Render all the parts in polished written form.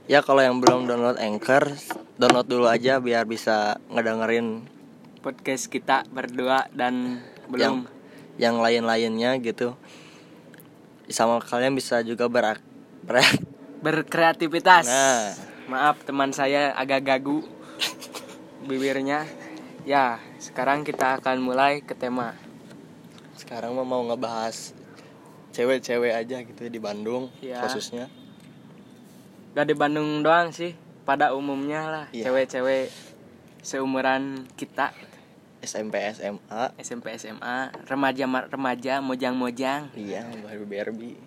Ya kalau yang belum download Anchor, download dulu aja biar bisa ngedengerin podcast kita berdua dan belum yang lain-lainnya gitu. Sama kalian bisa juga berkreativitas. Nah, Maaf teman saya agak gagu bibirnya. Ya, sekarang kita akan mulai ke tema. sekarang mau ngebahas cewek-cewek aja gitu di Bandung Ya. khususnya. Gak di Bandung doang sih, pada umumnya lah. Iya. Cewek-cewek seumuran kita, SMP SMA. SMP SMA, remaja mojang-mojang. Iya, Barbie.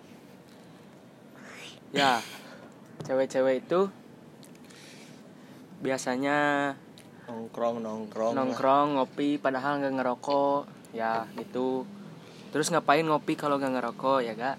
Ya, cewek-cewek itu biasanya nongkrong ngopi padahal nggak ngerokok, ya gitu. Terus ngapain ngopi kalau nggak ngerokok, ya gak?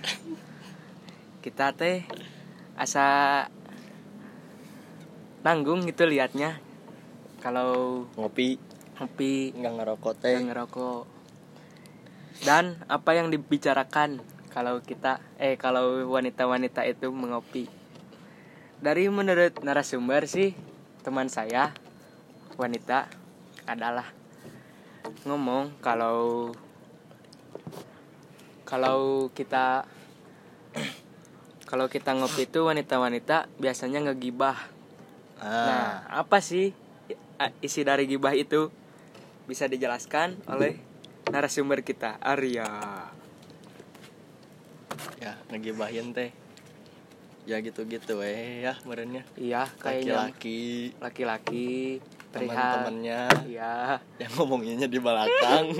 Kita teh asa nanggung gitu liatnya kalau Ngopi nggak ngerokok teh. nggak ngerokok. Dan apa yang dibicarakan kalau kalau wanita-wanita itu mengopi. Dari menurut narasumber sih, teman saya wanita adalah ngomong kalau kita ngopi itu wanita-wanita biasanya ngegibah. Nah, apa sih isi dari gibah itu? Bisa dijelaskan oleh narasumber kita, Arya. Ya, ngegibahin teh. Ya gitu-gitu ya merenya. Iya, kayaknya Laki-laki perihal teman-temannya. Iya. Yang ngomonginnya di belakang.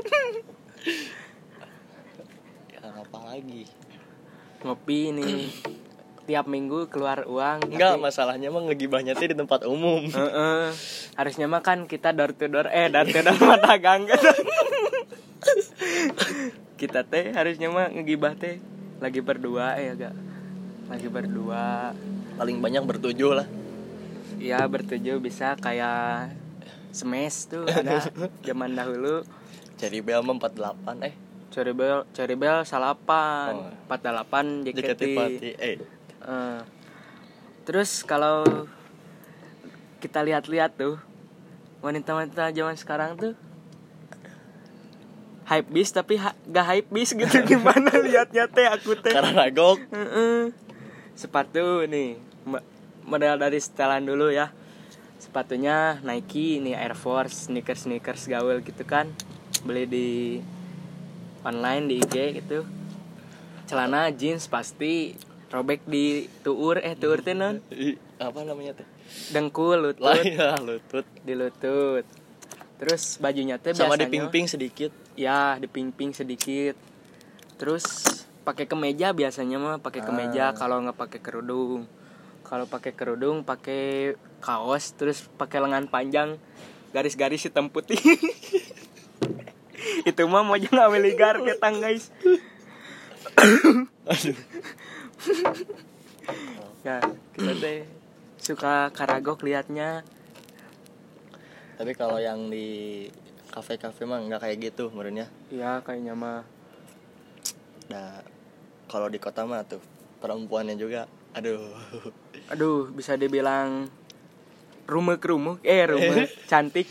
Ya apa lagi? Ngopi nih tiap minggu keluar uang. Enggak, masalahnya mah ngegibahnya teh di tempat umum. Harusnya mah kan kita door to door mata gang gitu. Kita teh harusnya mah ngegibah teh lagi berdua agak. Lagi berdua. Paling banyak bertujuh lah. Iya, bertujuh bisa kayak Smash tuh ada zaman dahulu. Cherry Bell 48 Cherry Bell salapan, 48 JKT. Terus kalau kita lihat-lihat tuh wanita-wanita zaman sekarang tuh hype bis tapi gak hype bis gitu. Gimana lihatnya teh aku teh karena nagok. Sepatu nih model dari setelan dulu ya. Sepatunya Nike nih, Air Force, sneakers gaul gitu kan. Beli di online di IG gitu. Celana jeans pasti robek di tuur teh non. Apa namanya teh? Dengkul, lutut. Lah ya, lutut. Di lutut. Terus bajunya teh sama biasanya diping-ping sedikit. Ya, diping-ping sedikit. Terus pakai kemeja biasanya mah pakai kemeja kalau nggak pakai kerudung. Kalau pakai kerudung pakai kaos terus pakai lengan panjang garis-garis hitam putih. Itu mah mojang aweligar ketang guys. Aduh. Ya, kita teh suka karagok liatnya. Tapi kalau yang di kafe-kafe mah nggak kayak gitu menurutnya. Iya, kayaknya mah. Nah, kalau di kota mah tuh perempuannya juga, aduh, bisa dibilang rumuk, cantik.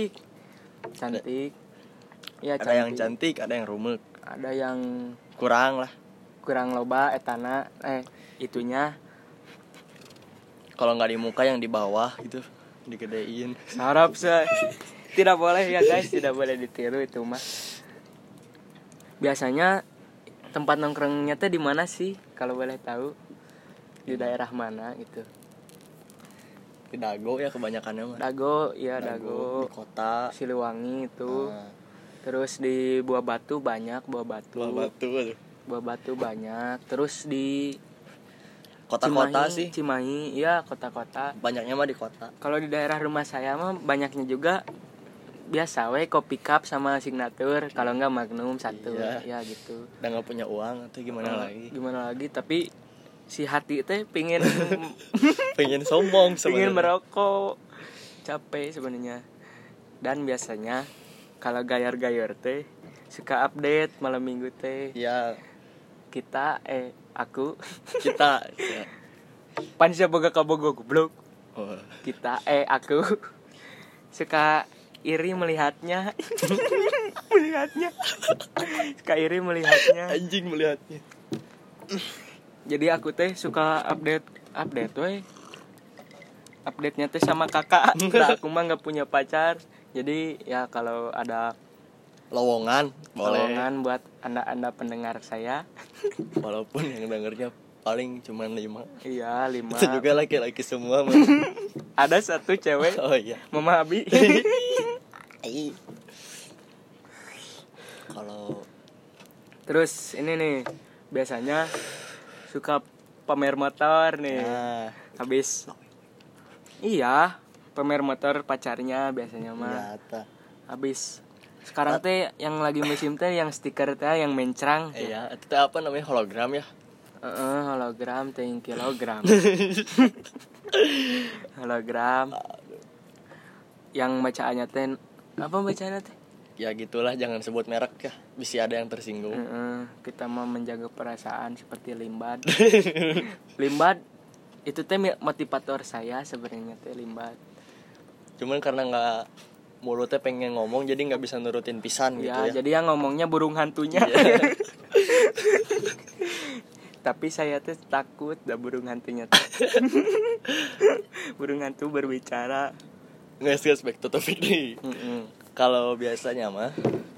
Ya, ada yang cantik, ada yang rumuk, ada yang kurang loba etana itunya. Kalau nggak di muka yang di bawah gitu digedein. Sarap tidak boleh ya guys, tidak boleh ditiru itu mah. Biasanya tempat nongkrongnya teh di mana sih kalau boleh tahu? Di daerah mana gitu? Di Dago ya kebanyakannya mah. Dago. Di kota Siliwangi itu. Terus di Buah Batu banyak, Buah Batu banyak. Terus di kota-kota sih. Cimahi, iya kota-kota. Banyaknya mah di kota. Kalau di daerah rumah saya mah banyaknya juga biasa kopi cup sama signature, kalau enggak Magnum satu. Ya gitu. Udah enggak punya uang atau gimana lagi, tapi si hati teh pengen sombong sebenarnya. Pengen merokok. Capek sebenarnya. Dan biasanya kalau gayar-gayar teh suka update malam minggu teh. Ya, Kita ya. Pan siya boga kabogo goblok. Oh. Aku suka iri melihatnya. Suka iri melihatnya. Anjing melihatnya. Jadi aku teh suka update we. Update-nya teh sama kakak. Nah, aku mah enggak punya pacar. Jadi ya kalau ada Lowongan boleh. lowongan buat Anda pendengar saya. Walaupun yang dengernya paling cuma 5. Iya, 5. Itu juga laki-laki semua mah. Ada satu cewek, Oh iya. Mama Abi. Kalau Terus ini nih, biasanya suka pamer motor nih. nah, Habis iya, pamer motor pacarnya biasanya mah. nyata. Habis sekarang teh yang lagi musim teh yang stiker teh yang mencrang. Iya, itu teh apa namanya, hologram ya? Hologram teh kilogram. Hologram. Yang bacaannya teh apa bacaannya teh? Ya gitulah, jangan sebut merek ya. Bisa ada yang tersinggung. Kita mau menjaga perasaan seperti Limbad. Limbad itu teh motivator saya sebenarnya teh Limbad. Cuman karena nggak mulutnya pengen ngomong, jadi nggak bisa nurutin pisan gitu ya. Jadi yang ngomongnya burung hantunya. Iya. Tapi saya tuh takut dah burung hantunya tuh. Burung hantu berbicara. Nggak back to topic nih. Kalau biasanya mah,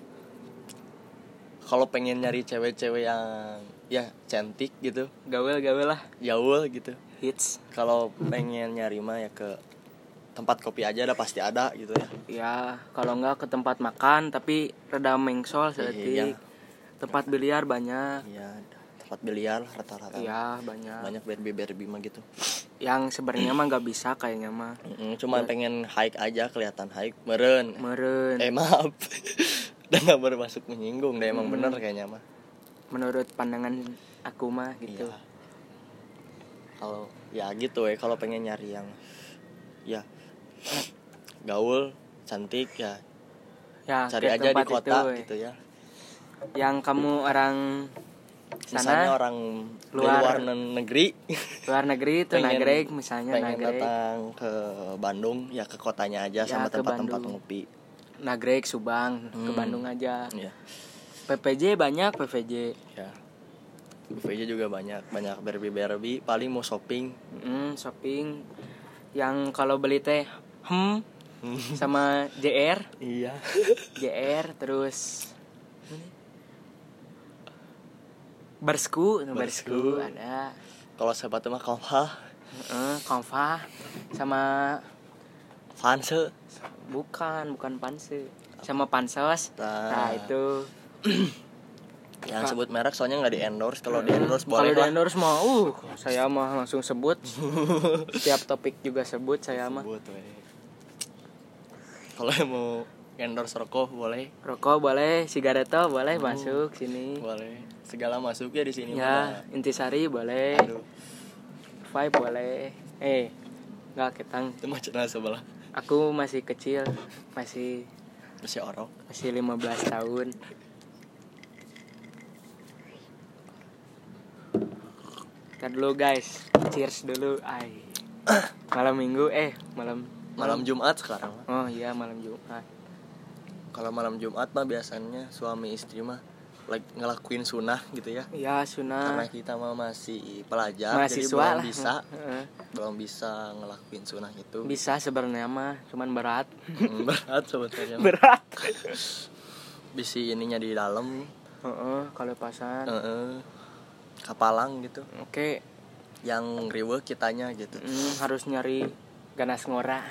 kalau pengen nyari cewek-cewek yang ya cantik gitu, Gaul lah. jauh gitu. Hits. Kalau pengen nyari mah ya ke tempat kopi aja, ada pasti ada gitu ya. Ya, kalau enggak ke tempat makan tapi rada mengsol seperti Iya. tempat biliar banyak. Iya, tempat biliar rata-rata. Iya, banyak. Banyak Barbie mah gitu. Yang sebenarnya mah enggak bisa kayaknya mah. Cuman pengen hike aja, kelihatan hike, meren. Maaf. Udah nggak bermaksud menyinggung, deh emang bener kayaknya mah. Menurut pandangan aku mah gitu. Iya. Kalau ya gitu kalau pengen nyari yang ya gaul, cantik ya, cari ke aja di tempat kota itu, gitu ya. Yang kamu orang Misalnya sana orang luar negeri luar negeri itu nagrek misalnya pengen nagrek datang ke Bandung ya, ke kotanya aja Ya, sama ke tempat-tempat Bandung. ngopi. Nagrek Subang ke Bandung aja. Ya. PPJ banyak PPJ. Ya. BVJ juga banyak Barbie paling mau shopping. Shopping yang kalau beli teh sama JR Iya. JR terus Bersku ada. Kalau sepatu mah Konva sama Vanse. bukan Panse sama Pansos. Nah itu Yang sebut merek soalnya nggak di endorse. Kalau di endorse boleh. Kalau di endorse mah saya mah langsung sebut. Setiap topik juga sebut saya mah. Kalau mau endorse rokok boleh. Rokok boleh, sigareto boleh masuk sini. Boleh. Segala masuk ya di sini. Ya, Intisari boleh. Aduh. Vibe boleh. Enggak ketang. Itu mah cenah sebelah. Aku masih kecil, masih orok. masih 15 tahun. Ntar dulu guys, cheers dulu. Malam minggu Malam Jumat sekarang. Oh iya malam Jumat. Kalau malam Jumat mah biasanya suami istri mah lagi ngelakuin sunah gitu ya. Iya sunah. Karena kita mah masih pelajar, Mahasiswa jadi lah. belum bisa ngelakuin sunah itu. Bisa sebenarnya mah, cuman berat. Berat sebetulnya. Berat. Bisi ininya di dalam. Kalau pasan. Kapalang gitu. Oke. Yang riweuh kitanya gitu. Harus nyari ganas ngora.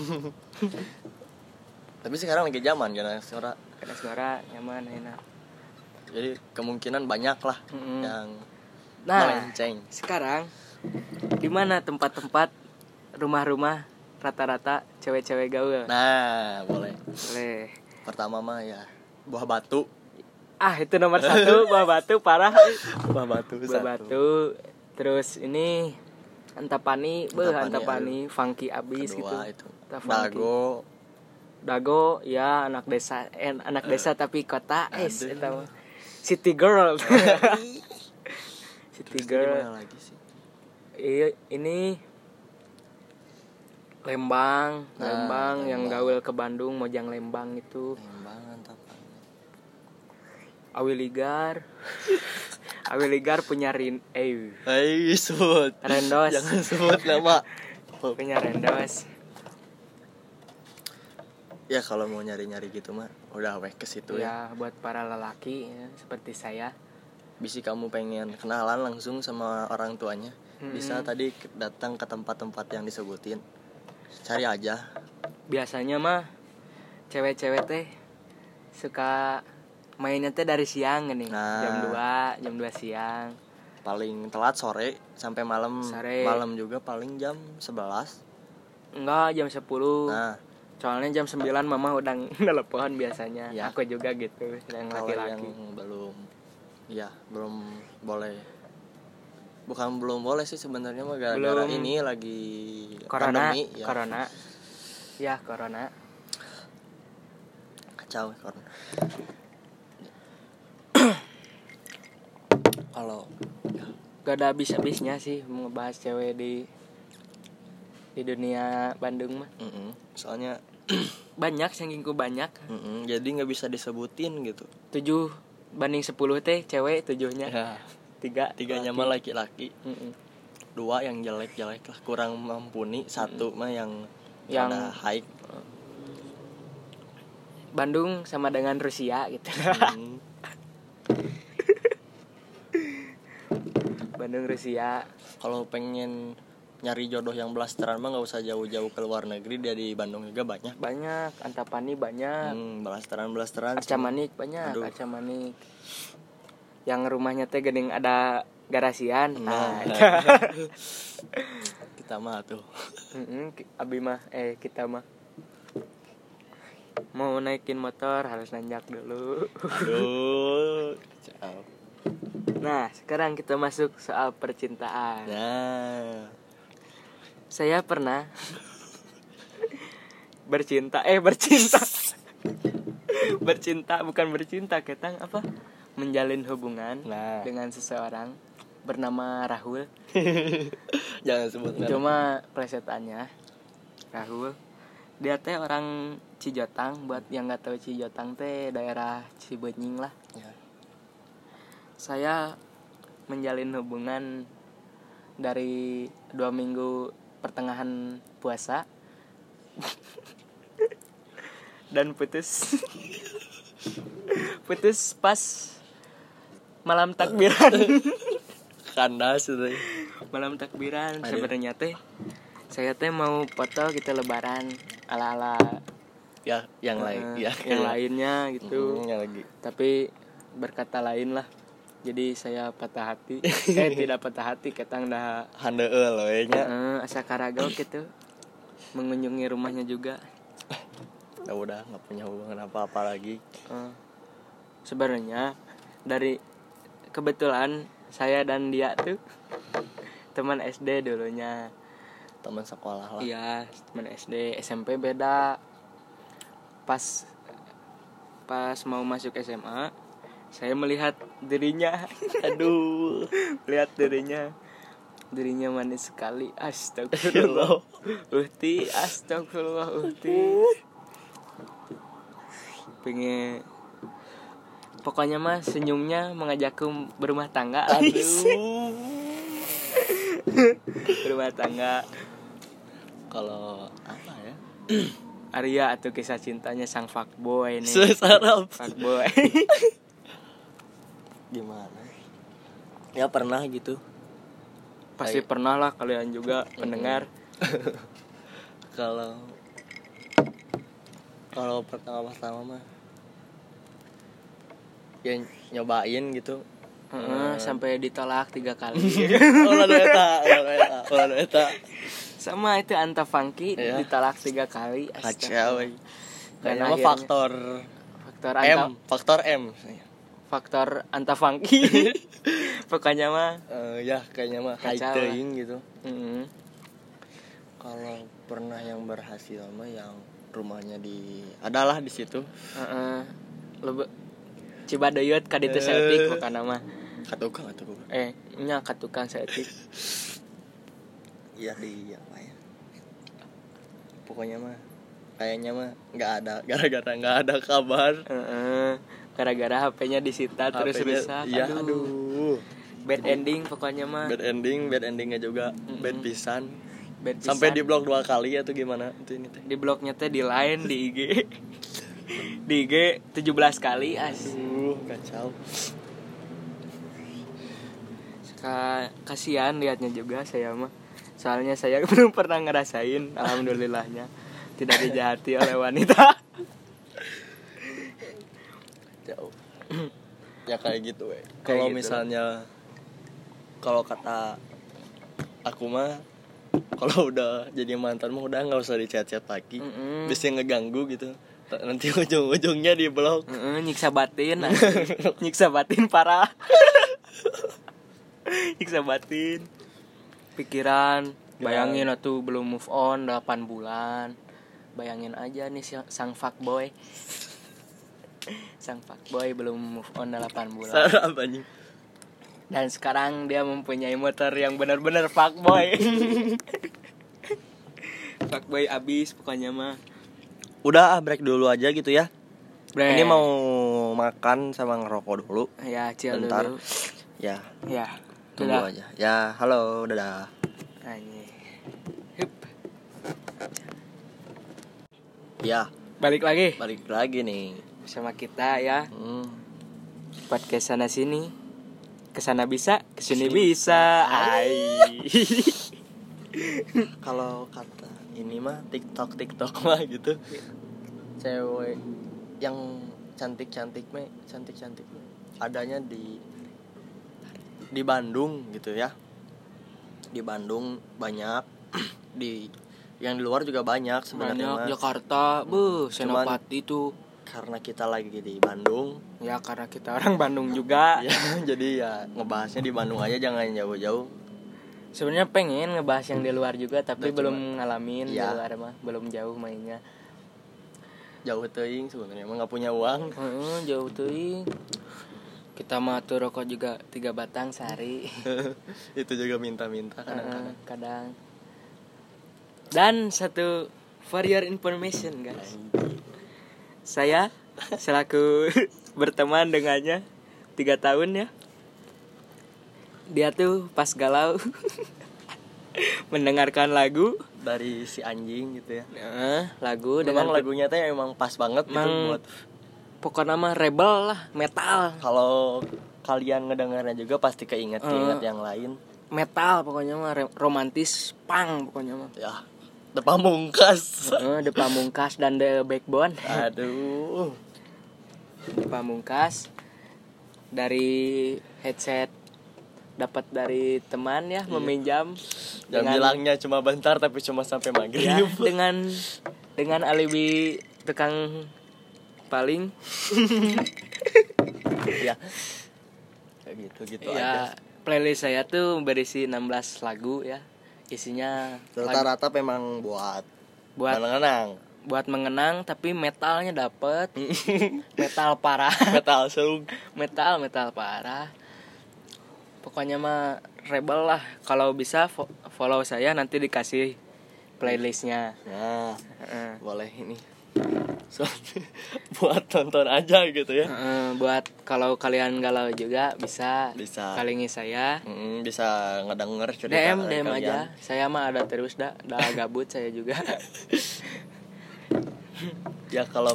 Tapi sekarang lagi zaman ganas ngora. Ganas ngora nyaman enak. Jadi kemungkinan banyak lah yang melenceng. Sekarang di mana tempat-tempat rumah-rumah rata-rata cewek-cewek gaul? Nah, boleh. Boleh. Pertama mah ya Buah Batu. Itu nomor 1 Buah Batu parah. Buah Batu. Buah Batu. Terus ini Antapani, Antapani funky abis gitu. Itu. Dago, ya anak desa tapi kota itu City Girl. City Girl. Lagi sih? Ini Lembang, Lembang yang gaul ke Bandung, Mojang Lembang itu. Lembang Antapani. Awi Ligar punya sebut. Rendos. Jangan sebut nama. Punya Rendos. Ya kalau mau nyari-nyari gitu mah udah ke situ ya. Buat para lelaki ya, seperti saya. Bisa kamu pengen kenalan langsung sama orang tuanya, bisa tadi datang ke tempat-tempat yang disebutin. Cari aja. Biasanya mah cewek-cewek teh suka mainnya teh dari siang nih. Jam 2 siang. Paling telat sore sampai malam. Malam juga paling jam 11. Enggak, jam 10. Nah, soalnya jam 9 mama udah nelpon biasanya. Ya. Aku juga gitu, yang laki-laki. Yang belum boleh. Bukan belum boleh sih sebenarnya mah gara-gara ini lagi pandemi ya. Corona. Kacau corona. Kalau gak ada habis-habisnya sih ngebahas cewek di dunia Bandung mah. Soalnya banyak saking banyak. Jadi nggak bisa disebutin gitu. 7/10 teh cewek 7-nya. Ya. 3-nya mah laki-laki. 2 yang jelek-jelek lah, kurang mampuni. 1 mah yang ada high. Bandung sama dengan Rusia gitu. Bandung Rusia. Kalau pengen nyari jodoh yang blasteran mah nggak usah jauh-jauh ke luar negeri, dia di Bandung juga banyak. Antapani banyak. Blasteran Arca Manik banyak. Arca Manik yang rumahnya teh geuning ada garasian. Kita mah tuh. Kita mah mau naikin motor harus nanjak dulu. Aduh. Nah, sekarang kita masuk soal percintaan. Nah, saya pernah bercinta bukan bercinta, ketang apa? Menjalin hubungan dengan seseorang bernama Rahul. Jangan sebut nama. Cuma plesetannya Rahul. Dia teh orang Cijotang. Buat yang nggak tahu Cijotang teh daerah Cibenying lah. Ya. Saya menjalin hubungan dari 2 minggu pertengahan puasa dan putus pas malam takbiran. Kandas itu. Malam takbiran. Sebenarnya teh saya teh mau foto kita lebaran ala-ala ya yang lain yang lainnya gitu. Lagi. Tapi berkata lain lah. Jadi saya patah hati. Tidak patah hati, ketang dah handeul we nya. Asa karagau gitu. Mengunjungi rumahnya juga. Udah enggak punya hubungan apa-apa lagi. Sebenarnya dari kebetulan saya dan dia tuh teman SD dulunya. Teman sekolah lah. Iya, teman SD. SMP beda. Pas mau masuk SMA, saya melihat dirinya. Melihat dirinya manis sekali. Astagfirullah. Astagfirullah. Pengen, pokoknya mah senyumnya mengajakku berumah tangga. Berumah tangga. Kalau apa ya? Arya atau kisah cintanya sang fuckboy nih. Sarap. Fuckboy. Gimana? Ya pernah gitu. Pasti pernah lah kalian juga pendengar. Kalau pertama mah ya nyobain gitu. Sampai ditolak 3 kali. Ulah eta. Sama itu Anta Funky ya. Ditolak 3 kali. Kacau. Kayaknya mah faktor M. Faktor Anta Funky. Pokoknya mah ya kayaknya mah high teuing gitu. Kalau pernah yang berhasil mah yang rumahnya adalah di situ. Cibadeuyut kaditu seetik bukan nama. Katukang. Nya katukang seetik. ya di apa ya, pokoknya mah kayaknya mah nggak ada, gara-gara nggak ada kabar. Gara-gara HP-nya disita terus HP-nya, rusak. iya, aduh. Bad ending pokoknya mah. Bad endingnya juga bad pisan. Bad pisan. Sampai di blok 2 kali atau gimana itu ini teh. Di bloknya teh di line di IG. Di IG 17 kali Kacau. Kasihan liatnya juga saya mah. Soalnya saya belum pernah ngerasain, alhamdulillahnya tidak dijahati oleh wanita. Jauh. Ya kayak gitu kalau gitu. misalnya, kalau kata aku mah, kalau udah jadi mantan mah udah nggak usah di-chat lagi. Bisa ngeganggu gitu. Nanti ujung-ujungnya di blok. Nyiksa batin. Nyiksa batin parah. Nyiksa batin. Pikiran, bayangin atuh belum move on 8 bulan. Bayangin aja nih sang fuckboy. Sang fuckboy belum move on 8 bulan. Salah banyak. Dan sekarang dia mempunyai motor yang benar-benar fuckboy. Fuckboy abis pokoknya mah. Udah break dulu aja gitu ya. Break. Ini mau makan sama ngerokok dulu. Ya, chill bentar. dulu. Ya. Tunggu aja. Ya, halo, dadah. Hup. Ya, Balik balik lagi nih. sama kita ya. Podcast sana sini. Kesana bisa, kesini bisa. Kalau kata ini mah TikTok mah gitu. Cewek yang cantik mah adanya di Bandung gitu ya. Di Bandung banyak, di yang di luar juga banyak sebenarnya. Banyak Jakarta, Senopati tuh. Karena kita lagi di Bandung. Ya karena kita orang Bandung juga. Ya, jadi ya ngebahasnya di Bandung aja, jangan jauh-jauh. Sebenarnya pengen ngebahas yang di luar juga, tapi Udah, belum ngalamin ya. di luar mah, belum jauh mainnya. Jauh teuing sebenarnya emang enggak punya uang. Jauh teuing. Kita mah tuh rokok juga 3 batang sehari. Itu juga minta-minta kadang-kadang. Kadang. Dan satu for your information guys, saya selaku berteman dengannya 3 tahun ya. Dia tuh pas galau mendengarkan lagu dari si anjing gitu ya. Lagu Memang dengan lagunya teh emang pas banget gitu buat pokoknya mah rebel lah, metal. kalau kalian ngedengarnya juga pasti keinget yang lain. Metal pokoknya mah romantis, punk pokoknya mah. Ya, The Pamungkas. The Pamungkas dan The Backbone. Aduh. The Pamungkas dari headset dapat dari teman ya, meminjam. Yang bilangnya cuma bentar tapi cuma sampai maghrib. Ya, dengan alibi tukang paling. Ya. Kayak gitu Ya, aja. playlist saya tuh berisi 16 lagu ya. Isinya Rata-rata memang buat mengenang. buat mengenang, tapi metalnya dapet. Metal parah. Metal sung. metal parah. Pokoknya mah rebel lah. Kalau bisa follow saya, nanti dikasih playlistnya. Nah, boleh ini. Buat tonton aja gitu ya. Buat kalau kalian galau juga bisa. Kalingi saya. Bisa ngedenger cerita DM kalian. aja. Saya mah ada terus dah gabut saya juga. Ya kalau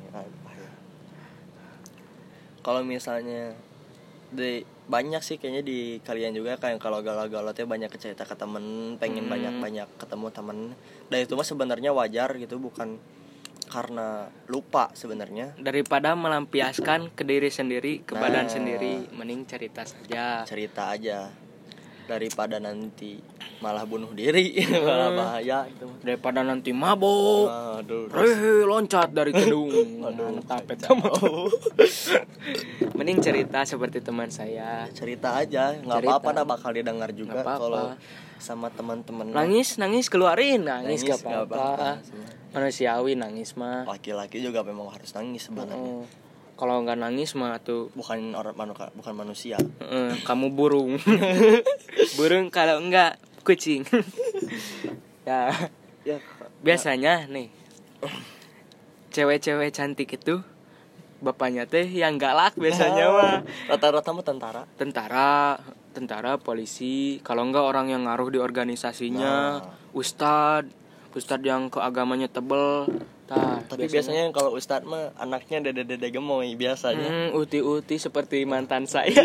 misalnya banyak sih kayaknya di kalian juga, kayak kalau galau-galau teh banyak cerita ke temen, pengen banyak ketemu temen. Dan itu mah sebenarnya wajar gitu, bukan karena lupa sebenarnya. Daripada melampiaskan ke diri sendiri, ke badan sendiri, mending cerita aja. Daripada nanti malah bunuh diri, malah bahaya gitu. Daripada nanti mabok. Loncat dari gedung. Tapet sama. Mending cerita seperti teman saya. Cerita aja, enggak apa-apa, bakal didengar juga kalau sama teman-teman. Nangis keluarin, nangis enggak apa-apa. Manusiawi nangis mah. Laki-laki juga memang harus nangis sebenarnya. Kalau enggak nangis mah tuh bukan manusia. Kamu burung. Burung kalau enggak kucing. Ya, Ya, biasanya nih cewek-cewek cantik itu bapaknya teh yang galak biasanya mah. rata-rata mah Tentara, polisi, kalau enggak orang yang ngaruh di organisasinya, ustad yang keagamanya tebel. Tapi biasanya kalau ustadz mah anaknya dede-dede gemoy biasanya. Uti-uti seperti mantan saya.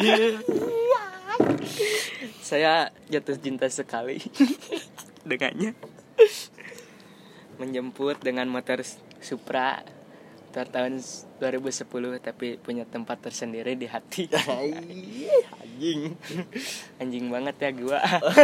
Saya jatuh cinta sekali dengannya. Menjemput dengan motor Supra tahun 2010, tapi punya tempat tersendiri di hati. Anjing banget ya gua.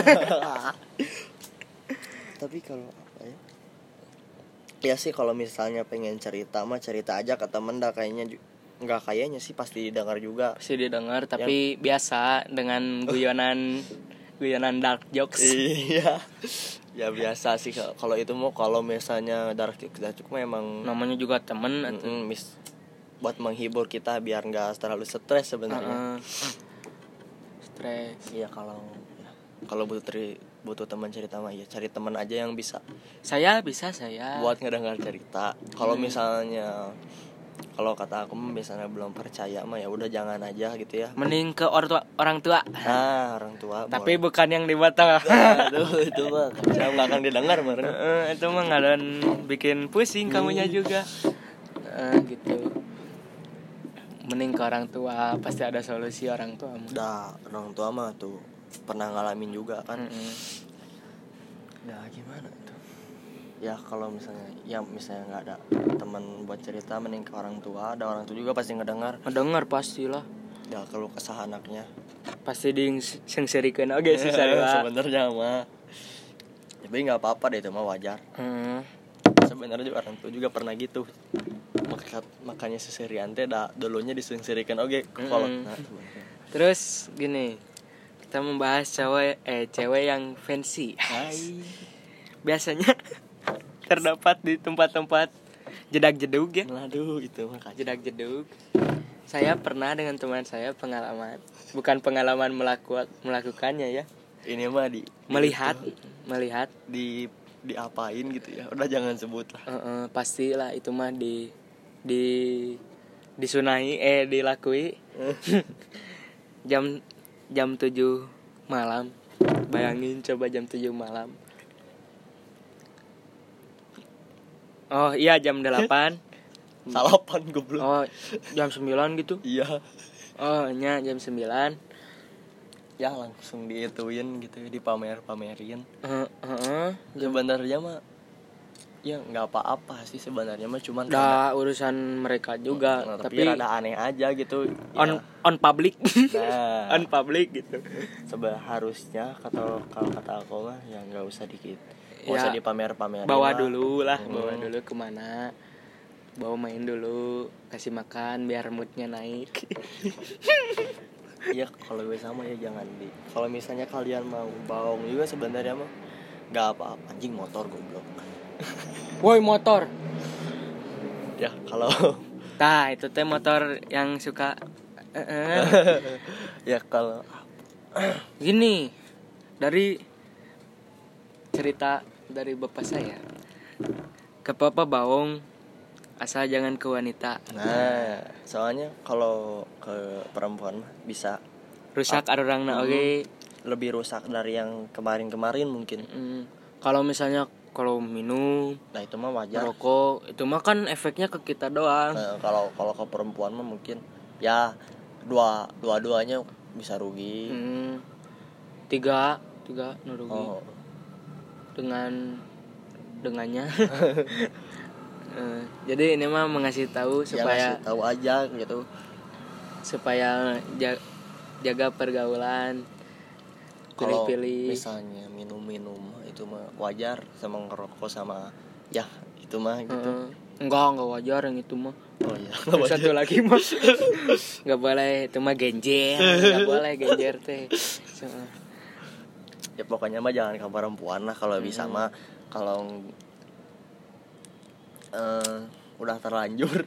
Tapi kalau apa ya? Ya sih kalau misalnya pengen cerita mah cerita aja ke temen dah, kayaknya nggak kayaknya sih pasti didengar juga. Pasti didengar, tapi biasa dengan guyonan dark jokes. Iya. Ya biasa sih kalau itu mau, kalau misalnya dark jokes memang Namanya juga temen buat menghibur kita biar nggak terlalu stres sebenarnya. Stres. Iya kalau butuh teman cerita mah ya cari teman aja yang bisa buat ngedengar cerita. Kalau misalnya kalau kata aku misalnya belum percaya mah ya udah jangan aja gitu ya. Mending ke orang tua. Nah, orang tua. Tapi boleh. Bukan yang di Batam. Aduh, itu mah saya nggak akan didengar meren. Itu mah ngadan bikin pusing kamunya juga. Gitu. Mending ke orang tua, pasti ada solusi orang tua mah. Orang tua mah tuh pernah ngalamin juga kan. Gimana tuh? Ya kalau misalnya nggak ada teman buat cerita, mending ke orang tua. Ada orang tua juga pasti ngedengar Pastilah. Ya kalau kesah anaknya pasti disengsirikeun oge sih saya. Sebenarnya mah tapi nggak apa-apa deh, itu mah wajar. Sebenarnya juga orang tua juga pernah gitu. Makanya seserian teh dulunya disengsirikan oge kolot. Terus gini, kita membahas cewek yang fancy. Biasanya terdapat di tempat-tempat jedag-jedug ya. Aduh, itu mah Jedag-jedug. Saya pernah dengan teman saya bukan pengalaman melakukannya ya. Ini mah melihat diapain gitu ya. Udah jangan sebut lah. Pastilah itu mah disunai dilakui. jam 7 malam. Bayangin coba jam 7 malam. Oh iya jam 8. Salapan goblok. Oh jam 9 gitu. Iya. Oh nya jam 9. Ya langsung diituin gitu ya, dipamerin. Sebenarnya mah ya nggak apa-apa sih sebenarnya mah, cuman urusan mereka juga. Tapi rada aneh aja gitu on public. Nah, on public gitu. Seharusnya kalau kata aku mah ya nggak usah nggak usah dipamerin. Bawa dulu kemana, bawa main dulu, kasih makan biar moodnya naik. Iya kalau gue sama ya jangan kalau misalnya kalian mau baong juga sebenarnya mah nggak apa-apa. Anjing motor goblok. Woi motor. Ya kalau itu teh motor yang suka ya kalau gini, dari cerita dari bapak saya, ke papa baong asal jangan ke wanita. Nah, soalnya kalau ke perempuan mah bisa rusak arurangna oge. Lebih rusak dari yang kemarin mungkin. Kalau misalnya minum, nah itu mah wajar. Merokok, itu mah kan efeknya ke kita doang. Kalau ke perempuan mah mungkin ya dua-duanya bisa rugi. Tiga rugi. Dengannya. Jadi ini mah mengasih tahu supaya ngasih tahu aja gitu. Supaya jaga pergaulan. Pilih-pilih. Kalau misalnya minum itu mah wajar, sama ngerokok sama ya itu mah gitu. Enggak wajar yang itu mah. Oh iya. Satu lagi mah enggak boleh, itu mah genjer. Enggak boleh genjer teh. Ya pokoknya mah jangan ke perempuan lah kalau bisa mah. Kalau udah terlanjur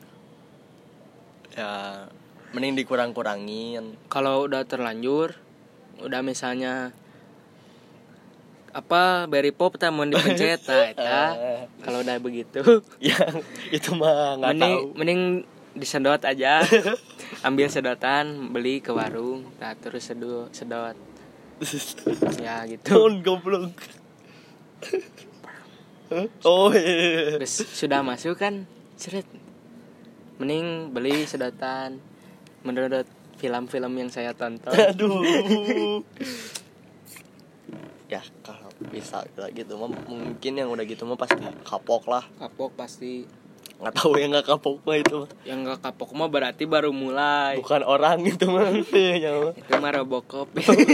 ya mending dikurang-kurangin. Kalau udah terlanjur, udah misalnya apa berry pop tah mun dipencet tah eta. Kalau udah begitu Ya itu mah nggak tahu. mending disedot aja. Ambil sedotan, beli ke warung, tah terus sedot. Ya gitu. Tahun goblok. Oh iya. Terus sudah masuk kan, seret. Mending beli sedotan menurut film-film yang saya tonton. Aduh. Ya kalau bisa gitu mah mungkin yang udah gitu mah pasti kapok lah. Kapok pasti. Nggak tahu yang nggak kapok mah itu mah. Yang nggak kapok mah berarti baru mulai. Bukan orang itu mah. Itu mah Robocop.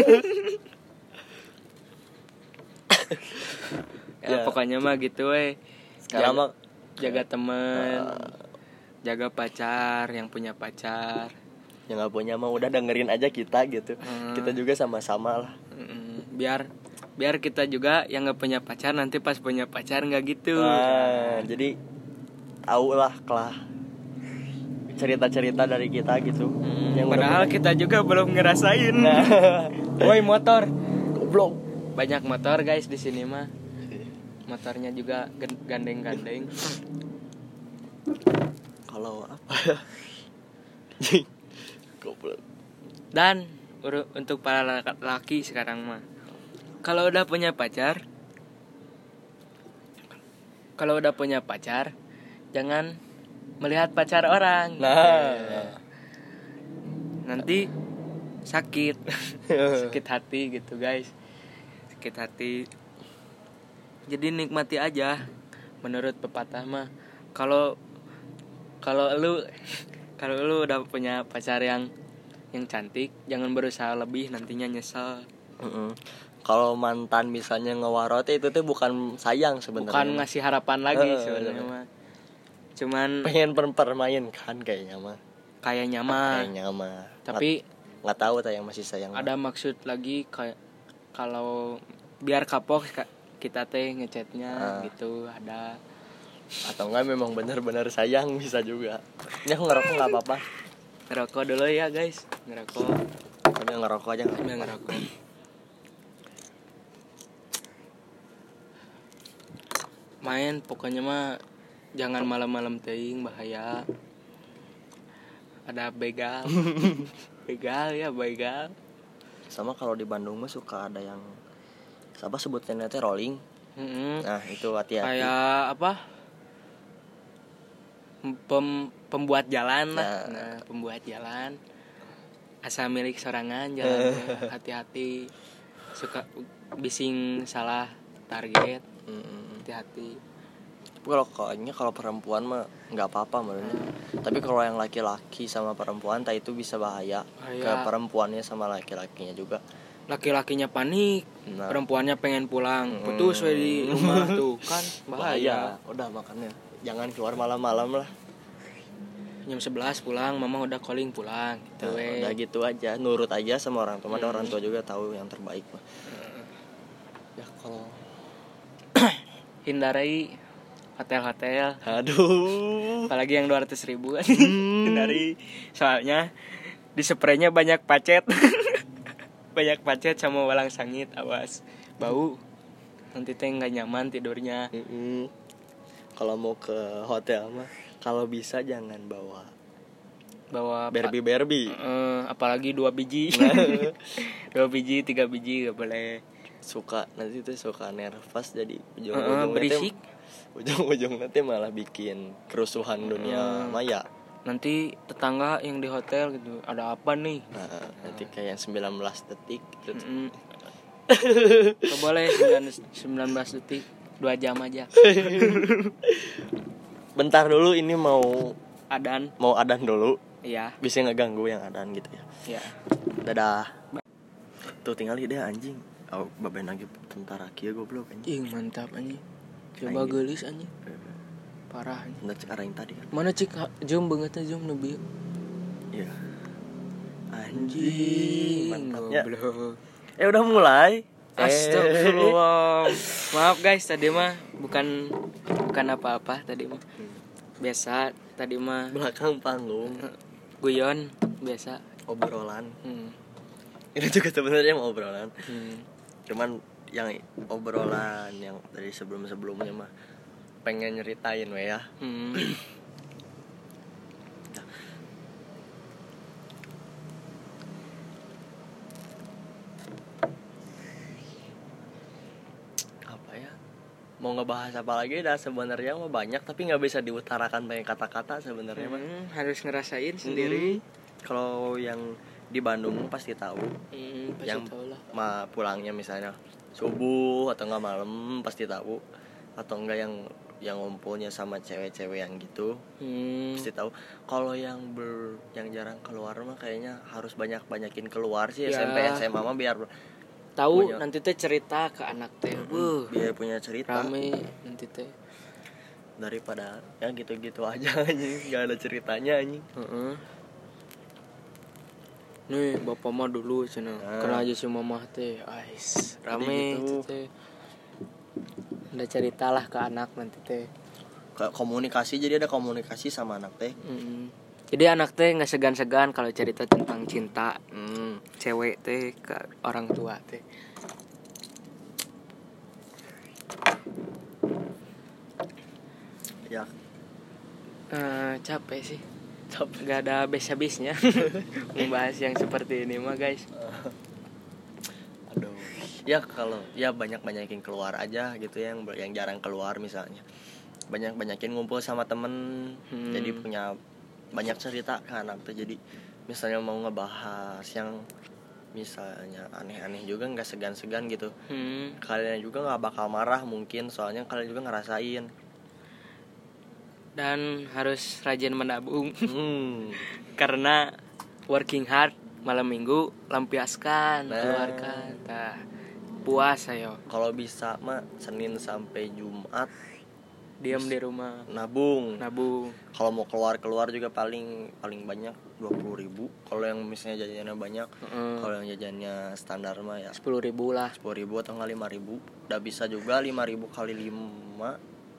Ya, pokoknya mah gitu Sekarang mah jaga temen, jaga pacar, yang punya pacar. yang nggak punya mah udah dengerin aja kita gitu. Kita juga sama-sama lah. Biar kita juga yang nggak punya pacar nanti pas punya pacar nggak gitu. Jadi tahu lah cerita-cerita dari kita gitu. Yang padahal kita juga belum ngerasain. Woi motor, goblok. banyak motor guys di sini mah. Motornya juga gandeng-gandeng. Kalau apa? Goblok. Dan untuk para laki sekarang mah, kalau udah punya pacar, jangan melihat pacar orang. Nanti sakit hati gitu guys, sakit hati. Jadi nikmati aja. Menurut pepatah mah, kalau lu udah punya pacar yang cantik, jangan berusaha lebih, nantinya nyesel. Kalau mantan misalnya ngewarot itu tuh bukan sayang sebenarnya. Bukan ngasih harapan lagi sebenarnya mah. Cuman pengen permainkan kayaknya mah. Kayaknya mah. Tapi nggak tahu yang masih sayang. Ada maksud lagi kayak kalau biar kapok kita teh ngechatnya gitu ada. Atau enggak memang benar-benar sayang bisa juga. Ini aku ngerokok nggak apa-apa. Ngerokok dulu ya guys, ngerokok. Sambil ngerokok aja nggak? Sambil ngerokok. Main pokoknya mah jangan malam-malam teuing, bahaya. Ada begal. begal. Sama kalau di Bandung mah suka ada yang apa sebutnya teh rolling. Nah itu hati-hati. Kayak apa? Pembuat jalan lah. Nah, pembuat jalan asal milik sorangan jalan. Hati-hati, suka bising salah target. Hati-hati. Kalau perempuan mah nggak apa-apa menurutnya. Tapi kalau yang laki-laki sama perempuan tak itu bisa bahaya. Ke perempuannya sama laki-lakinya juga. Laki-lakinya panik, perempuannya pengen pulang, putus di rumah tuh kan bahaya. Udah makanya jangan keluar malam-malam lah. Jam 11 pulang, mama udah calling pulang gitu. Udah gitu aja, nurut aja sama orang tua. Orang tua juga tahu yang terbaik mah. Ya kalau hindari hotel-hotel. Aduh. Apalagi yang 200.000 hindari. Soalnya di spraynya banyak pacet. Banyak pacet sama walang sangit, awas. Bau. Nanti teh enggak nyaman tidurnya. Kalau mau ke hotel mah kalau bisa jangan bawa Barbie. Apalagi 2 biji. 2 biji, 3 biji gak boleh. Nanti tuh suka nervous jadi berisik. Ujung-ujung nanti malah bikin kerusuhan dunia maya. Nanti tetangga yang di hotel gitu, ada apa nih? Nanti kayak 19 detik gitu. Gak boleh 19 detik, 2 jam aja. Bentar dulu, ini mau adan dulu. Iya. Bisa ngeganggu yang adan gitu ya. Iya. Dadah. Tuh tinggal deh anjing. Baben lagi tentara kia goblok anjing. Mantap anjing. Coba gelis anjing. Parah anjing. Udah cek arah yang tadi kan. Mana cik zoom banget zoom lebih. Iya. Anjing. Mantapnya. Goblok. Udah mulai. Astagfirullah. Maaf guys, tadi mah bukan apa-apa tadi mah. Biasa tadi mah belakang panggung. Guyon biasa obrolan. Ini juga sebenarnya mau obrolan. Cuman yang obrolan yang dari sebelum-sebelumnya mah pengen nyeritain we ya. Apa ya? Mau ngebahas apa lagi dah sebenarnya mah banyak tapi nggak bisa diutarakan pakai kata-kata sebenarnya mah. Harus ngerasain sendiri. Kalau yang di Bandung pasti tahu. Pasti Yang tahu lah. pulangnya misalnya subuh atau enggak malam pasti tahu, atau enggak yang ngumpulnya sama cewek-cewek yang gitu pasti tahu. Kalau yang jarang keluar mah kayaknya harus banyakin keluar sih. Ya. SMP SMA mah biar Tahu nanti teh cerita ke anak teh. biar punya cerita Rame nanti teh. daripada ya gitu-gitu aja anjing, nggak ada ceritanya anjing. Nih bapak mah dulu cenah. Kena aja si mamah teh. Ais, rame gitu. teh. Udah ceritalah ke anak nanti teh. Komunikasi, jadi ada komunikasi sama anak teh. Jadi anak teh nggak segan-segan kalau cerita tentang cinta cewek teh ke orang tua teh. Ya Capek sih. Gak ada habis-habisnya membahas yang seperti ini mah guys. Aduh. Ya kalau ya banyakin keluar aja gitu ya, yang jarang keluar misalnya. Banyakin ngumpul sama temen. Jadi punya banyak cerita kan apa. Jadi misalnya mau ngebahas yang misalnya aneh-aneh juga nggak segan-segan gitu. Kalian juga nggak bakal marah mungkin, soalnya kalian juga ngerasain. Dan harus rajin menabung. Karena working hard malam minggu lampiaskan, keluarkan. Puas ayo. Kalau bisa mah Senin sampai Jumat diam di rumah nabung. Kalau mau keluar juga paling banyak 20.000. Kalau yang misalnya jajannya banyak, kalau yang jajannya standar mah ya 10.000 lah. 10.000 atau enggak 5.000. Udah bisa juga 5.000 kali 5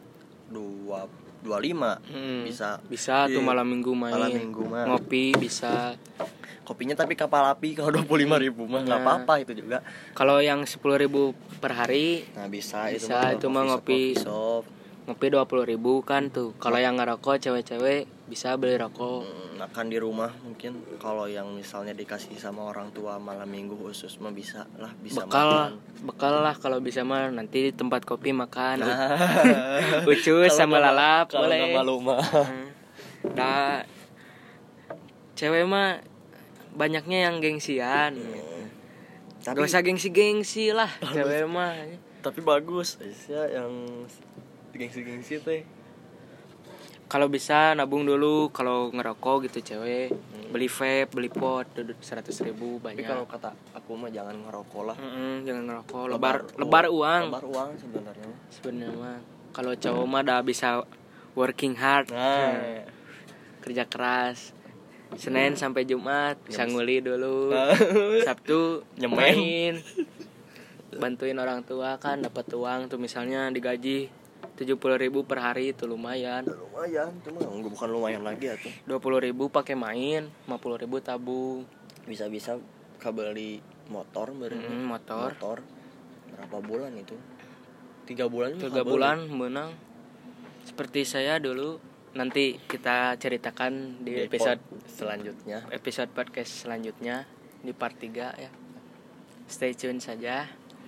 25. Bisa tuh malam minggu main. Ngopi bisa. Kopinya tapi kapal api. Kalau 25.000 mah nggak apa-apa itu juga. Kalau yang 10.000 per hari, nah bisa itu mah ngopi. Ngopi 20.000 kan tuh. Kalau yang ngerokok cewek-cewek bisa beli rokok. Makan di rumah mungkin. Kalau yang misalnya dikasih sama orang tua malam minggu khusus mah bisa bekal lah kalau bisa mah nanti di tempat kopi makan. Ucus sama lalap kalau boleh. Malu mah. Nah, cewek mah banyaknya yang gengsian. Gak usah gengsi lah cewek mah. Tapi bagus ya yang gengsi teh. Kalau bisa nabung dulu kalau ngerokok gitu cewek. Beli vape, beli pot 100.000 banyak. Tapi kalau kata aku mah jangan ngerokok lah. Jangan ngerokok. Lebar uang. Lebar uang sebenarnya. Sebenarnya kalau cowok mah udah bisa working hard. Kerja keras. Senin sampai Jumat bisa nguli dulu. Sabtu main. Bantuin orang tua kan dapat uang tuh, misalnya digaji 70.000 per hari itu lumayan. Cuma bukan lumayan lagi atuh. 20.000 pakai main, 50.000 tabung. Bisa kabeli motor motor. Berapa bulan itu? 3 bulan. 3 bulan menang. Seperti saya dulu. Nanti kita ceritakan di episode selanjutnya. Episode podcast selanjutnya di part 3 ya. Stay tune saja.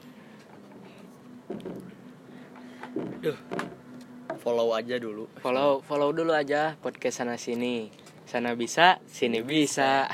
Follow aja dulu. Follow dulu aja podcast sana sini. Sana bisa, sini bisa.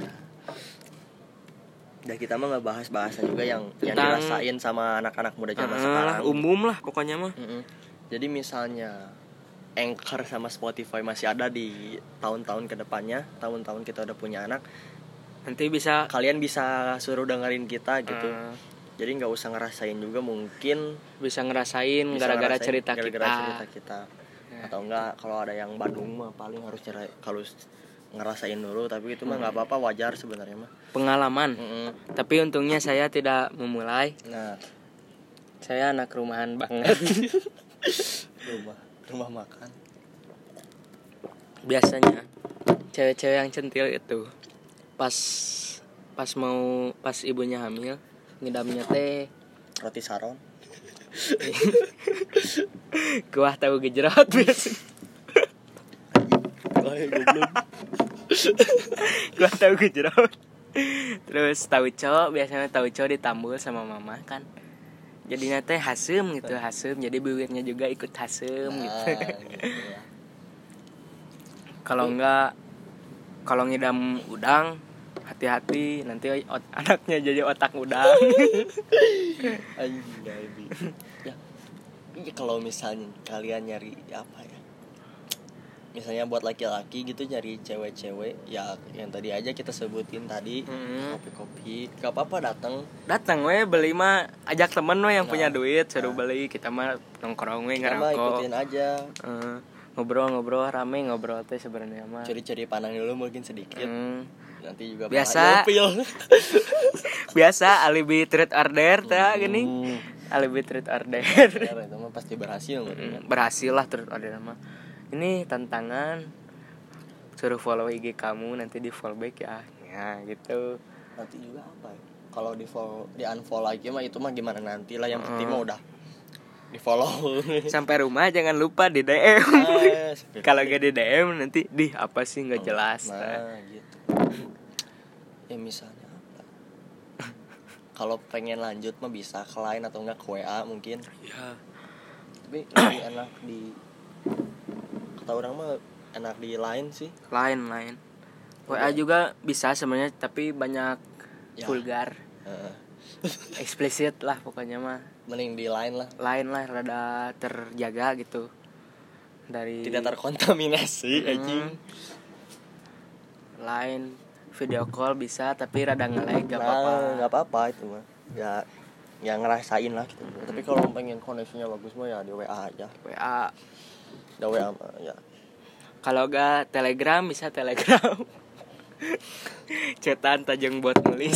Dan kita mah nggak bahas-bahasan juga yang dirasain sama anak-anak muda zaman sekarang. Umum lah pokoknya mah. Jadi misalnya Anchor sama Spotify masih ada di tahun-tahun kedepannya, tahun-tahun kita udah punya anak, nanti kalian bisa suruh dengerin kita gitu. Jadi nggak usah ngerasain juga, mungkin bisa ngerasain gara-gara cerita kita. Atau enggak kalau ada yang Bandung mah paling harus ngerasain dulu, tapi itu mah nggak apa-apa, wajar sebenarnya mah. Pengalaman. Tapi untungnya saya tidak memulai. Nah, saya anak rumahan banget. rumah makan. Biasanya cewek-cewek yang centil itu pas ibunya hamil, ngidamnya teh Roti saron. Kuah tahu gejrot biasa. Kuah tahu gejrot. Terus tauco, biasanya tauco ditambul sama mama kan. Jadinya teh hasem gitu, hasem. Jadi bibirnya juga ikut hasem gitu. Gitu ya. Kalau ngidam udang, hati-hati nanti anaknya jadi otak udang. Anjing. Ya. Iya, kalau misalnya kalian nyari apa ya? Misalnya buat laki-laki gitu nyari cewek-cewek ya yang tadi aja kita sebutin tadi, kopi-kopi, gak apa-apa datang we beli mah ajak temen we yang punya duit suruh Nah. beli, kita mah nongkrong we kita mah ngerokok. ikutin aja. Ngobrol rame ngobrol teh sebenarnya mah. Curi-curi pandang dulu mungkin sedikit. Nanti juga Biasa. Biasa alibi treat order teh gini. Alibi treat order. Ya, itu mah pasti berhasil kan. Berhasil lah treat order mah. Ini tantangan, suruh follow IG kamu nanti di follow back ya. Ya gitu. Nanti juga apa ya? Kalau di unfollow lagi mah itu mah gimana nanti lah, yang penting mah udah di follow. Sampai rumah jangan lupa di DM. Kalau gak di DM nanti di apa sih nggak jelas. Nah gitu. Ya misalnya apa? Kalau pengen lanjut mah bisa ke line atau enggak ke WA mungkin. Ya. Tapi lebih enak di kata orang mah enak di line sih. Lain. WA juga bisa sebenarnya tapi banyak Ya. vulgar. Eksplisit lah pokoknya mah. Mending di line lah. Lain lah rada terjaga gitu. Dari Tidak terkontaminasi anjing. Lain video call bisa tapi rada nge-lag gak apa-apa. Enggak apa-apa itu mah. Ya ngerasain lah gitu. Tapi kalau pengen koneksinya bagus mah ya di WA aja. WA. Ada WA mah ya. Kalau gak Telegram bisa Telegram. Cetan tajeng buat nulis.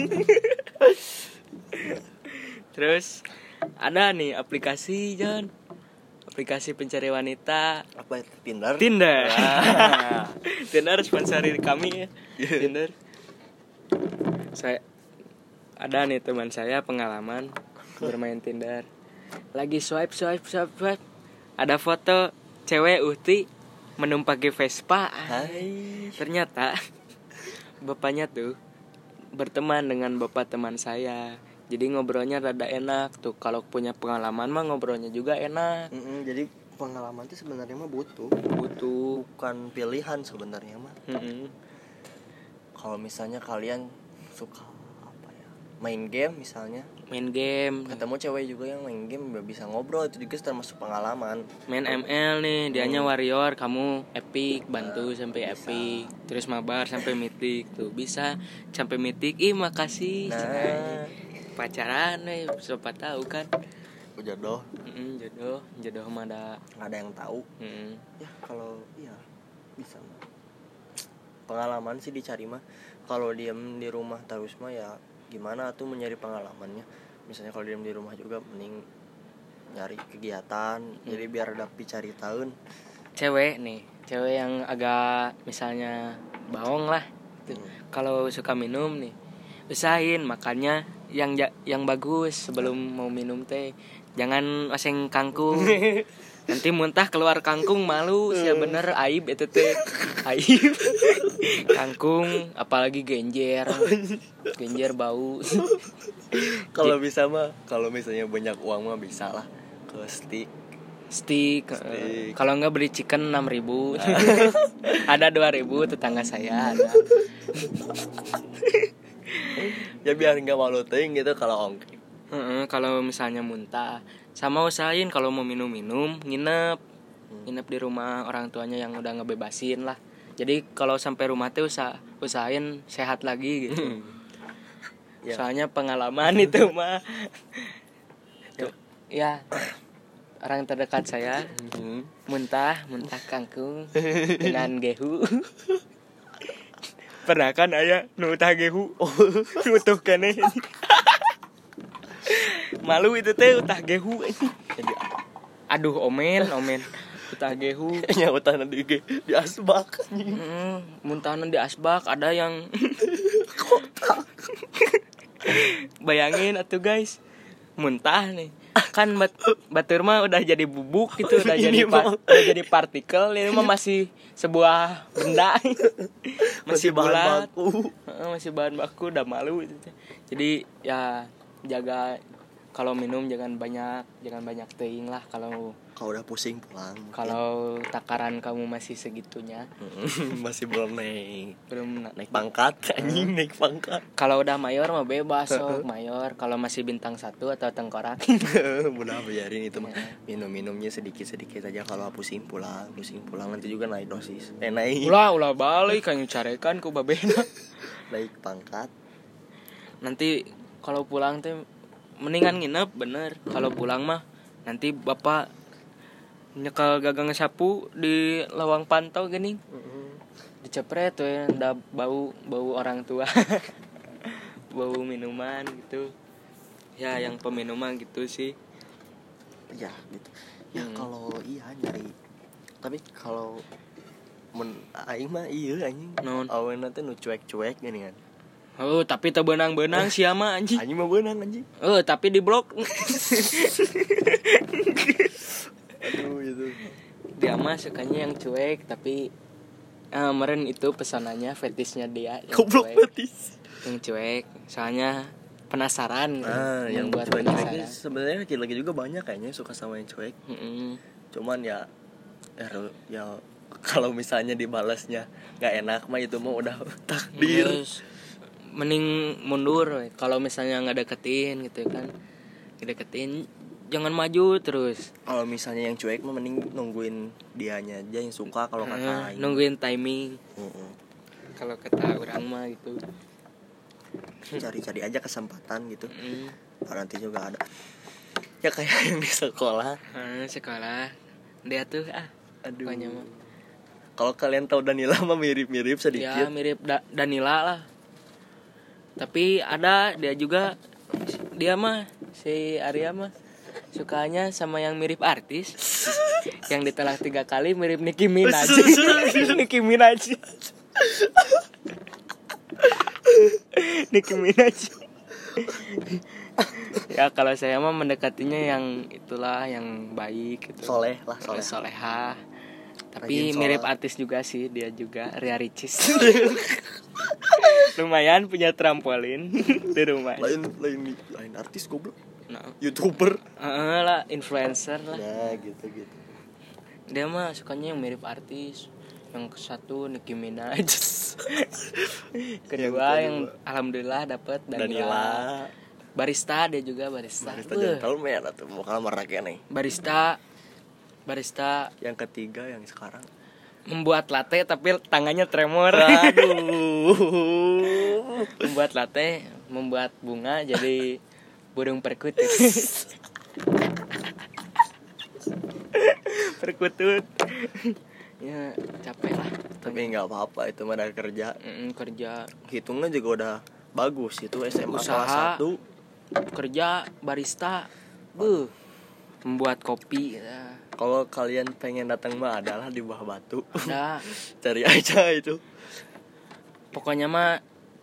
Terus ada nih aplikasi John. Aplikasi pencari wanita. Apa itu? Tinder. Tinder sponsori kami ya. Tinder. Saya ada nih teman saya pengalaman bermain Tinder. Lagi swipe. Ada foto cewek Uhti menumpaki Vespa. Hai. Ternyata bapaknya tuh berteman dengan bapak teman saya. Jadi ngobrolnya rada enak tuh. Kalau punya pengalaman mah ngobrolnya juga enak. Jadi pengalaman itu sebenarnya mah butuh, bukan pilihan sebenarnya mah. Kalau misalnya kalian suka apa ya, main game misalnya, ketemu cewek juga yang main game udah bisa ngobrol, itu juga termasuk pengalaman. Main ML nih, dianya warrior, kamu epic, bantu sampai bisa. epic, terus mabar sampai mythic tuh bisa sampai mythic. Ih makasih. Nah, Pacaran siapa tahu kan. jodoh Jodoh mah nggak ada yang tahu. Ya kalau iya bisa mah. Pengalaman sih dicari mah. Kalau diem di rumah terus mah ya gimana tuh mencari pengalamannya. Misalnya kalau diem di rumah juga mending nyari kegiatan. Jadi biar dapat cari tahun. Cewek yang agak misalnya bawong lah gitu. Kalau suka minum nih usahain makannya yang bagus sebelum mau minum teh. Jangan oseng kangkung. Nanti muntah keluar kangkung malu sih bener aib itu teh. Aib. Kangkung apalagi genjer bau. Kalau bisa mah, kalau misalnya banyak uang mah bisa lah ke Stick. Kalau enggak beli chicken 6.000. Ada 2.000 tetangga saya ada. Ya biar nggak malu ting gitu kalau ongkir. Kalau misalnya muntah, sama usahain kalau mau minum nginep di rumah orang tuanya yang udah ngebebasin lah. Jadi kalau sampai rumah tuh usahain sehat lagi gitu. Ya. Soalnya pengalaman itu mah. Ya orang terdekat saya muntah kangkung dengan gehu. Pernah kan aya nu tah gehu utuh keneh. Malu itu teh utah gehu. Aduh omen utah gehu. Ya utahna di asbak. Muntahna di asbak ada yang bayangin atuh guys. muntah nih. Kan batur mah udah jadi bubuk gitu, udah Ini udah jadi partikel, ini mah masih sebuah benda. Masih bahan bulat. baku. Masih bahan baku, udah malu gitu. Jadi ya jaga kalau minum jangan banyak teuing lah kalau Udah pusing pulang. kalau takaran kamu masih segitunya. Masih belum naik Naik pangkat anjing, naik pangkat. Kalau udah mayor mah bebas sok mayor. Kalau masih bintang 1 atau tengkorak. Udah biarin itu mah. Minum-minumnya sedikit-sedikit aja. Kalau pusing pulang nanti juga naik dosis. Naik Ulah balik kan carekan ku babena. naik pangkat. Nanti kalau pulang teh mendingan nginep bener. Kalau pulang mah nanti bapak nyekel gagang sapu di lawang pantau gini. Dicepret tuh ya, udah bau orang tua. Bau minuman gitu. Ya yang peminuman gitu sih. Ya gitu. Ya kalau nyari. Tapi kalau aing mah iya anjing. Aweuna teh nu cuek-cuek gini kan. Oh, tapi teu beunang-beunang sia mah anjing. Anjing mah beunang anjing. Tapi di blok. Aduh itu. Dia mah sukanya yang cuek, tapi kemarin itu pesanannya fetisnya dia yang Goblok fetis. Yang cuek, soalnya penasaran yang buat cuek penasaran. Sebenarnya laki-laki juga banyak kayaknya suka sama yang cuek. Cuman ya kalau misalnya dibalasnya nggak enak mah itu mah udah takdir. Terus, mending mundur kalau misalnya nggak deketin gitu kan. Deketin jangan maju terus. Kalau misalnya yang cuek mah mending nungguin dianya aja yang suka. Kalau kata nungguin timing. Kalau kata orang mah gitu. Cari-cari aja kesempatan gitu. Nanti juga ada. Ya kayak yang di sekolah. Sekolah dia tuh aduh. Mah. Kalau kalian tahu Danila mah mirip-mirip sedikit. Ya mirip Danila lah. Tapi ada dia mah si Arya mah sukanya sama yang mirip artis. Yang ditelak 3 kali mirip Nicki Minaj. Nicki Minaj. Nicki Minaj. Ya kalau saya mah mendekatinya yang itulah yang baik gitu. Solehah. Tapi mirip artis juga sih, dia juga Ria Ricis. Lumayan punya trampolin di rumah. Lain artis goblok. YouTuber. Lah, influencer lah. Ya, gitu. Dia mah sukanya yang mirip artis. Yang satu Nicki Minaj. Kedua yang alhamdulillah dapat Danila. Barista dia juga barista. Jangan tahu merah tuh, bakal merake nih. Barista yang ketiga yang sekarang membuat latte tapi tangannya tremor. Aduh. Membuat latte, membuat bunga jadi burung perkutut. Perkutut. Ya capek lah. Tapi nggak apa-apa, itu mah ada kerja. Kerja. Hitungnya juga udah bagus itu SMA Usaha, kelas 1. Kerja barista. Membuat kopi. Ya. Kalau kalian pengen datang mah adalah di Bawah Batu. Ada. Cari aja itu. Pokoknya mah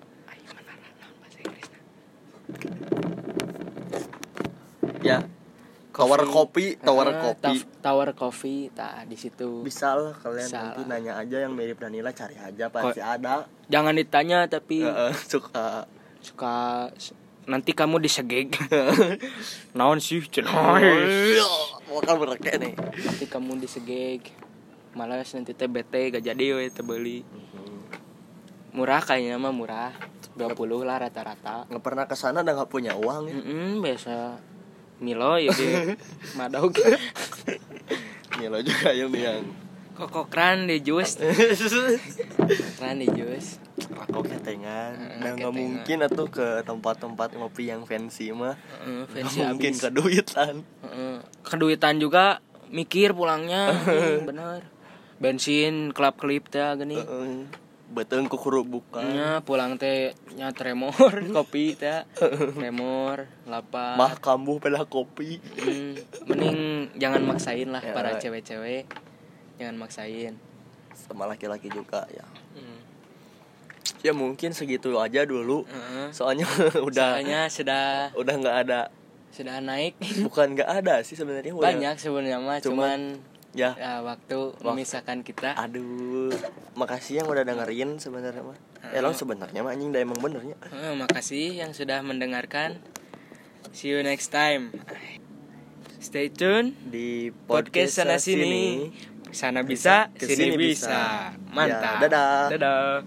ya. Tower kopi. Tower Coffee di situ. Bisa lah kalian nanti nanya aja yang mirip Danila, cari aja pasti ada. Jangan ditanya tapi suka nanti kamu disegeg. Naon sih bakal berke nih. Nanti kamu disegeg. Malas nanti teh bete gak jadi we teh beli. Murah kayaknya mah murah. 20 lah rata-rata. Enggak pernah ke sana dan enggak punya uang ya. Biasa Milo ya di Madaug. Milo juga yang kokokran di jus. Kran di jus. Aku ketengan. Nggak mungkin atuh ke tempat-tempat ngopi yang fancy mah. Fancy mungkin abis. keduitan. Keduitan juga mikir pulangnya. Bener. Bensin kelap-kelip teh gini. Beteung ku huruf buka. Nya pulang teh nya tremor kopi teh. Tremor lapar. Mah kambuh pada kopi. Mending jangan maksain lah para cewek-cewek. Jangan maksain. Sama laki-laki juga ya. Ya mungkin segitu aja dulu. Soalnya udah sudah enggak ada sudah naik. Bukan nggak ada sih sebenarnya. Banyak sebenarnya mah, cuman ya waktu memisahkan kita. Aduh, makasih yang udah dengerin sebenarnya mah. Lo sebenarnya mah anjing dah emang benernya. Makasih yang sudah mendengarkan. See you next time. Stay tune Di podcast sana sini. Sana bisa, sini bisa. Mantap. Ya, dadah. Dadah.